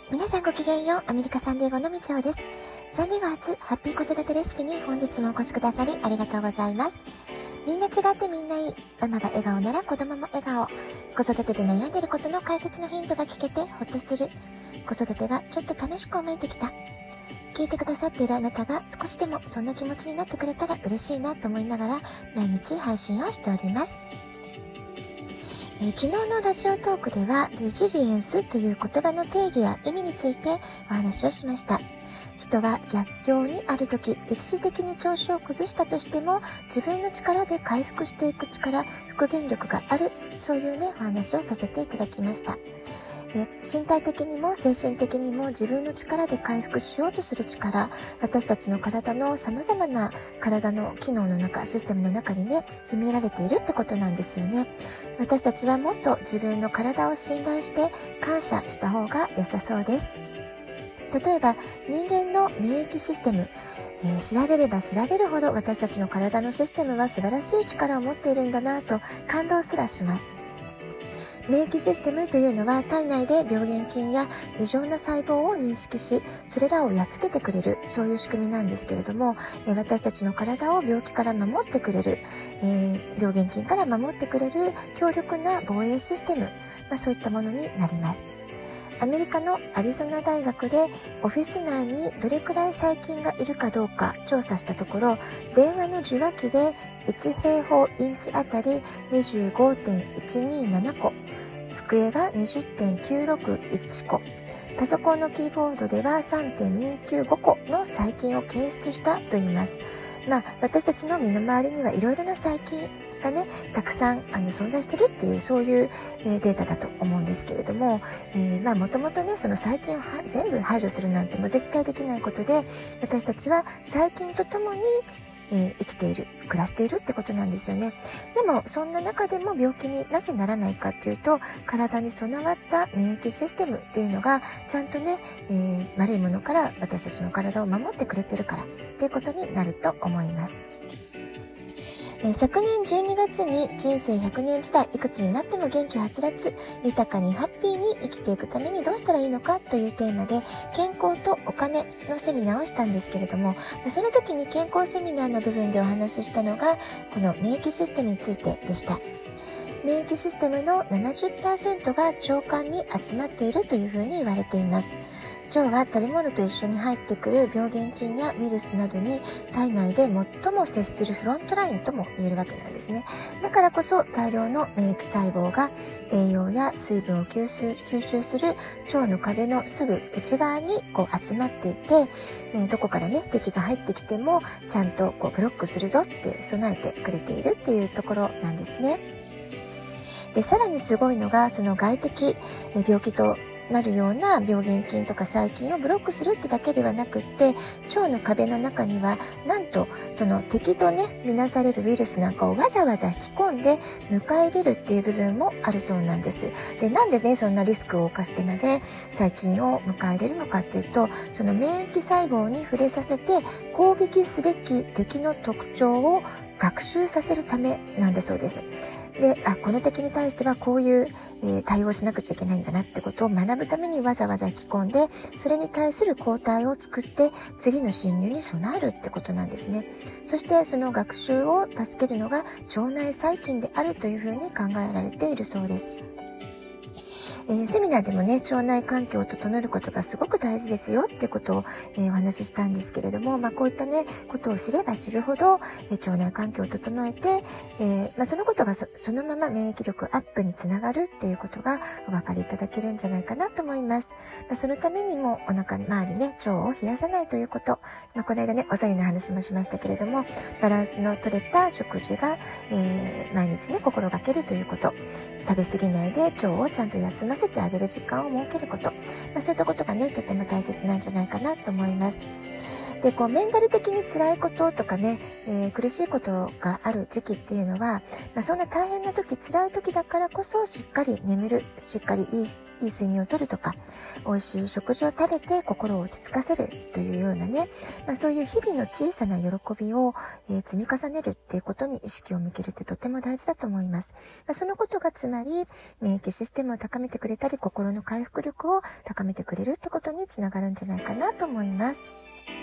皆さんごきげんよう。アメリカサンディエゴのみちおです。サンディエゴ初ハッピー子育てレシピに本日もお越しくださりありがとうございます。みんな違ってみんないい。ママが笑顔なら子供も笑顔。子育てで悩んでることの解決のヒントが聞けてほっとする。子育てがちょっと楽しく思えてきた。聞いてくださっているあなたが少しでもそんな気持ちになってくれたら嬉しいなと思いながら毎日配信をしております。昨日のラジオトークではレジリエンスという言葉の定義や意味についてお話をしました。人は逆境にある時、一時的に調子を崩したとしても自分の力で回復していく力、復元力がある、そういうねお話をさせていただきました。身体的にも精神的にも自分の力で回復しようとする力、私たちの体の様々な体の機能の中、システムの中にね、秘められているってことなんですよね。私たちはもっと自分の体を信頼して感謝した方が良さそうです。例えば人間の免疫システム、調べれば調べるほど私たちの体のシステムは素晴らしい力を持っているんだなと感動すらします。免疫システムというのは体内で病原菌や異常な細胞を認識し、それらをやっつけてくれる、そういう仕組みなんですけれども、私たちの体を病気から守ってくれる、病原菌から守ってくれる強力な防衛システム、そういったものになります。アメリカのアリゾナ大学でオフィス内にどれくらい細菌がいるかどうか調査したところ、電話の受話器で1平方インチあたり 25.127 個、机が 20.961 個、パソコンのキーボードでは 3.295 個の細菌を検出したといいます。私たちの身の回りにはいろいろな細菌がね、たくさん存在してるっていう、そういう、データだと思うんですけれども、もともとね、その細菌を全部排除するなんてもう絶対できないことで、私たちは細菌とともに生きている、暮らしているってことなんですよね。でもそんな中でも病気になぜならないかっていうと、体に備わった免疫システムっていうのがちゃんとね、悪いものから私たちの体を守ってくれてるからっていうことになると思います。昨年12月に人生100年時代、いくつになっても元気はつらつ、豊かにハッピーに生きていくためにどうしたらいいのかというテーマで健康とお金のセミナーをしたんですけれども、その時に健康セミナーの部分でお話ししたのがこの免疫システムについてでした。免疫システムの 70% が腸管に集まっているというふうに言われています。腸は食べ物と一緒に入ってくる病原菌やウイルスなどに体内で最も接するフロントラインとも言えるわけなんですね。だからこそ大量の免疫細胞が栄養や水分を吸収する腸の壁のすぐ内側に集まっていて、どこからね敵が入ってきてもちゃんとブロックするぞって備えてくれているっていうところなんですね。で、さらにすごいのがその外的病気となるような病原菌とか細菌をブロックするってだけではなくって、腸の壁の中にはなんとその敵とね見なされるウイルスなんかをわざわざ引き込んで迎え入れるっていう部分もあるそうなんです。で、なんでねそんなリスクを冒してまで細菌を迎え入れるのかっていうと、その免疫細胞に触れさせて攻撃すべき敵の特徴を学習させるためなんだそうです。で、この敵に対してはこういう、対応しなくちゃいけないんだなってことを学ぶためにわざわざ引き込んで、それに対する抗体を作って次の侵入に備えるってことなんですね。そしてその学習を助けるのが腸内細菌であるというふうに考えられているそうです。セミナーでもね、腸内環境を整えることがすごく大事ですよってことを、お話ししたんですけれども、こういったね、ことを知れば知るほど、腸内環境を整えて、そのことが そのまま免疫力アップにつながるっていうことがお分かりいただけるんじゃないかなと思います。そのためにもお腹周りね、腸を冷やさないということ。この間ね、お座湯の話もしましたけれども、バランスの取れた食事が、毎日ね、心がけるということ。食べ過ぎないで腸をちゃんと休ませてあげる時間を設けること。そういったことがね、とても大切なんじゃないかなと思います。 で、メンタル的に辛いこととかね、苦しいことがある時期っていうのは、そんな大変な時、辛い時だからこそ、しっかり眠る、しっかりいい睡眠をとるとか、美味しい食事を食べて心を落ち着かせるというようなね、そういう日々の小さな喜びを、積み重ねるっていうことに意識を向けるってとても大事だと思います。そのことがつまり、免疫システムを高めてくれたり、心の回復力を高めてくれるってことにつながるんじゃないかなと思います。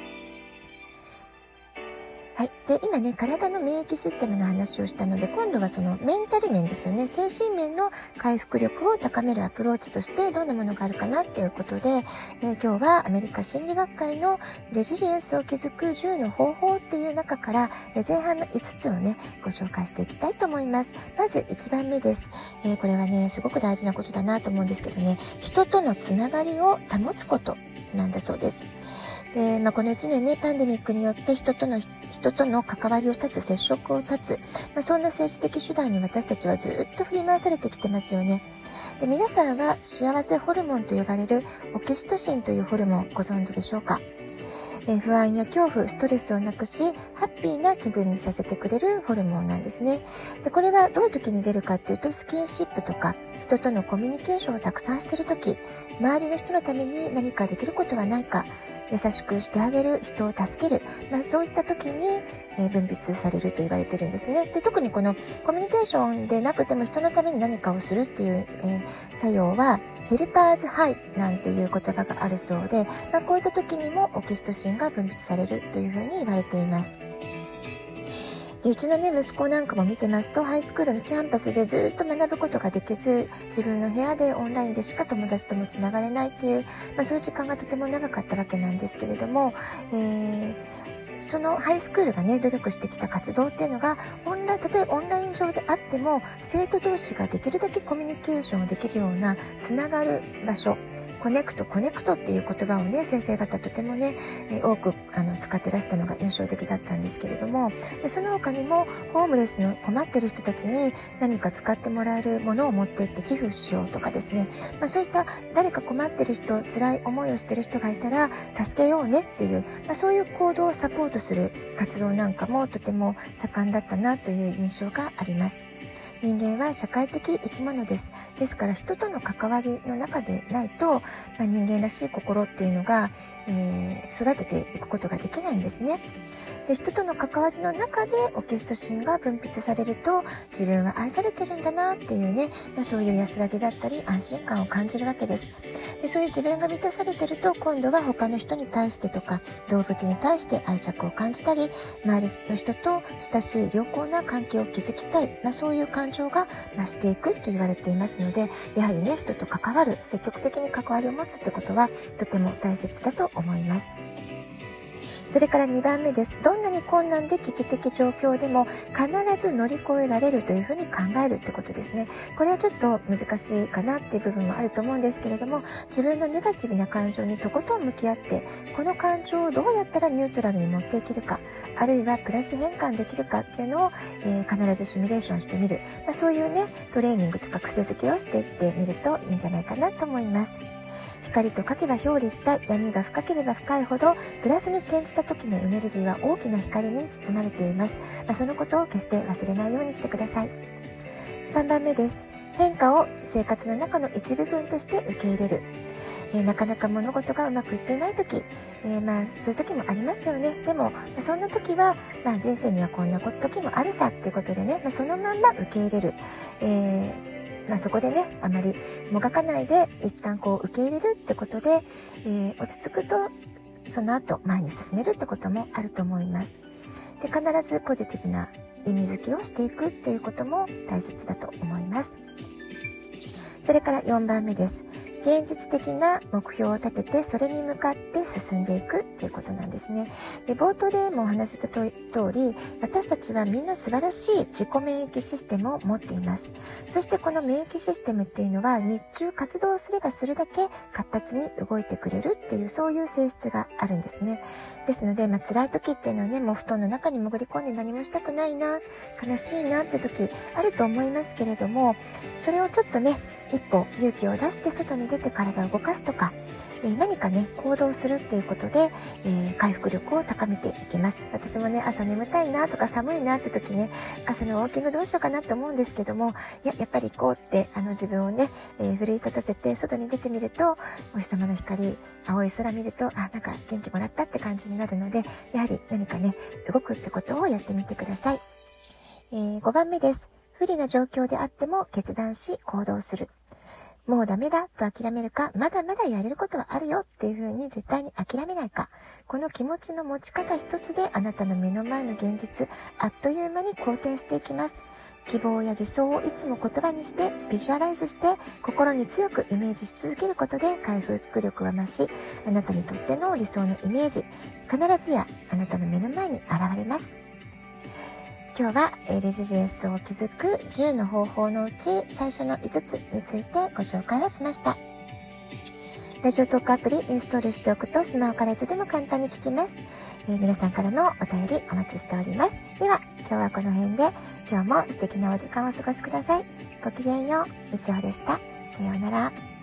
はい。で、今ね、体の免疫システムの話をしたので、今度はそのメンタル面ですよね。精神面の回復力を高めるアプローチとしてどんなものがあるかなっていうことで、今日はアメリカ心理学会のレジリエンスを築く10の方法っていう中から、前半の5つをね、ご紹介していきたいと思います。まず1番目です。これはね、すごく大事なことだなと思うんですけどね、人とのつながりを保つことなんだそうです。で、この1年ね、パンデミックによって人との関わりを断つ、接触を断つ、そんな政治的手段に私たちはずっと振り回されてきてますよね。で、皆さんは幸せホルモンと呼ばれるオキシトシンというホルモンご存知でしょうか？不安や恐怖、ストレスをなくし、ハッピーな気分にさせてくれるホルモンなんですね。で、これはどういう時に出るかっていうと、スキンシップとか、人とのコミュニケーションをたくさんしている時、周りの人のために何かできることはないか、優しくしてあげる、人を助ける、そういった時に、分泌されると言われてるんですね。で、特にこのコミュニケーションでなくても人のために何かをするっていう、作用はヘルパーズハイなんていう言葉があるそうで、こういった時にもオキシトシンが分泌されるというふうに言われています。で、うちのね、息子なんかも見てますと、ハイスクールのキャンパスでずっと学ぶことができず、自分の部屋でオンラインでしか友達ともつながれないっていう、そういう時間がとても長かったわけなんですけれども、そのハイスクールがね、努力してきた活動っていうのが、たとえオンライン上であっても、生徒同士ができるだけコミュニケーションをできるような、つながる場所、コネクトっていう言葉をね、先生方とてもね、多く使ってらしたのが印象的だったんですけれども、でその他にもホームレスの困ってる人たちに何か使ってもらえるものを持って行って寄付しようとかですね、そういった誰か困ってる人、辛い思いをしてる人がいたら助けようねっていう、そういう行動をサポートする活動なんかもとても盛んだったなという印象があります。人間は社会的生き物です。ですから人との関わりの中でないと、人間らしい心っていうのが、育てていくことができないんですね。で、人との関わりの中でオキシトシンが分泌されると、自分は愛されてるんだなっていうね、そういう安らぎだったり安心感を感じるわけです。で、そういう自分が満たされてると、今度は他の人に対してとか、動物に対して愛着を感じたり、周りの人と親しい良好な関係を築きたい、そういう感情が増していくと言われていますので、やはりね、人と関わる、積極的に関わりを持つってことは、とても大切だと思います。それから2番目です。どんなに困難で危機的状況でも必ず乗り越えられるというふうに考えるってことですね。これはちょっと難しいかなっていう部分もあると思うんですけれども、自分のネガティブな感情にとことん向き合って、この感情をどうやったらニュートラルに持っていけるか、あるいはプラス変換できるかっていうのを、必ずシミュレーションしてみる。そういうね、トレーニングとか癖づけをしていってみるといいんじゃないかなと思います。光と書けば表裏一体、闇が深ければ深いほどプラスに転じた時のエネルギーは大きな光に包まれています。そのことを決して忘れないようにしてください。3番目です。変化を生活の中の一部分として受け入れる。なかなか物事がうまくいっていない時、そういう時もありますよね。でも、そんな時は、人生にはこんな時もあるさっていうことでね、そのまんま受け入れる。そこでね、あまりもがかないで一旦受け入れるってことで、落ち着くとその後前に進めるってこともあると思います。で、必ずポジティブな意味付けをしていくっていうことも大切だと思います。それから4番目です。現実的な目標を立ててそれに向かって進んでいくっていうことなんですね。で、冒頭でもお話しした通り、私たちはみんな素晴らしい自己免疫システムを持っています。そしてこの免疫システムっていうのは日中活動すればするだけ活発に動いてくれるっていうそういう性質があるんですね。ですので、辛い時っていうのはね、もう布団の中に潜り込んで何もしたくないな、悲しいなって時あると思いますけれども、それをちょっとね、 一歩勇気を出して外に出て体を動かすとか、何かね、行動するっていうことで、回復力を高めていきます。私もね、朝眠たいなとか寒いなって時ね、朝のウォーキングどうしようかなって思うんですけども、やっぱり行こうって、自分をね、奮い立たせて外に出てみると、お日様の光、青い空見ると、なんか元気もらったって感じになるので、やはり何かね、動くってことをやってみてください。5番目です。不利な状況であっても決断し行動する。もうダメだと諦めるか、まだまだやれることはあるよっていう風に絶対に諦めないか。この気持ちの持ち方一つであなたの目の前の現実、あっという間に好転していきます。希望や理想をいつも言葉にしてビジュアライズして心に強くイメージし続けることで回復力は増し、あなたにとっての理想のイメージ、必ずやあなたの目の前に現れます。今日はレジリエンスを築く10の方法のうち最初の5つについてご紹介をしました。ラジオトークアプリインストールしておくとスマホからいつでも簡単に聞きます。皆さんからのお便りお待ちしております。では今日はこの辺で、今日も素敵なお時間をお過ごしください。ごきげんよう、みちほでした。さようなら。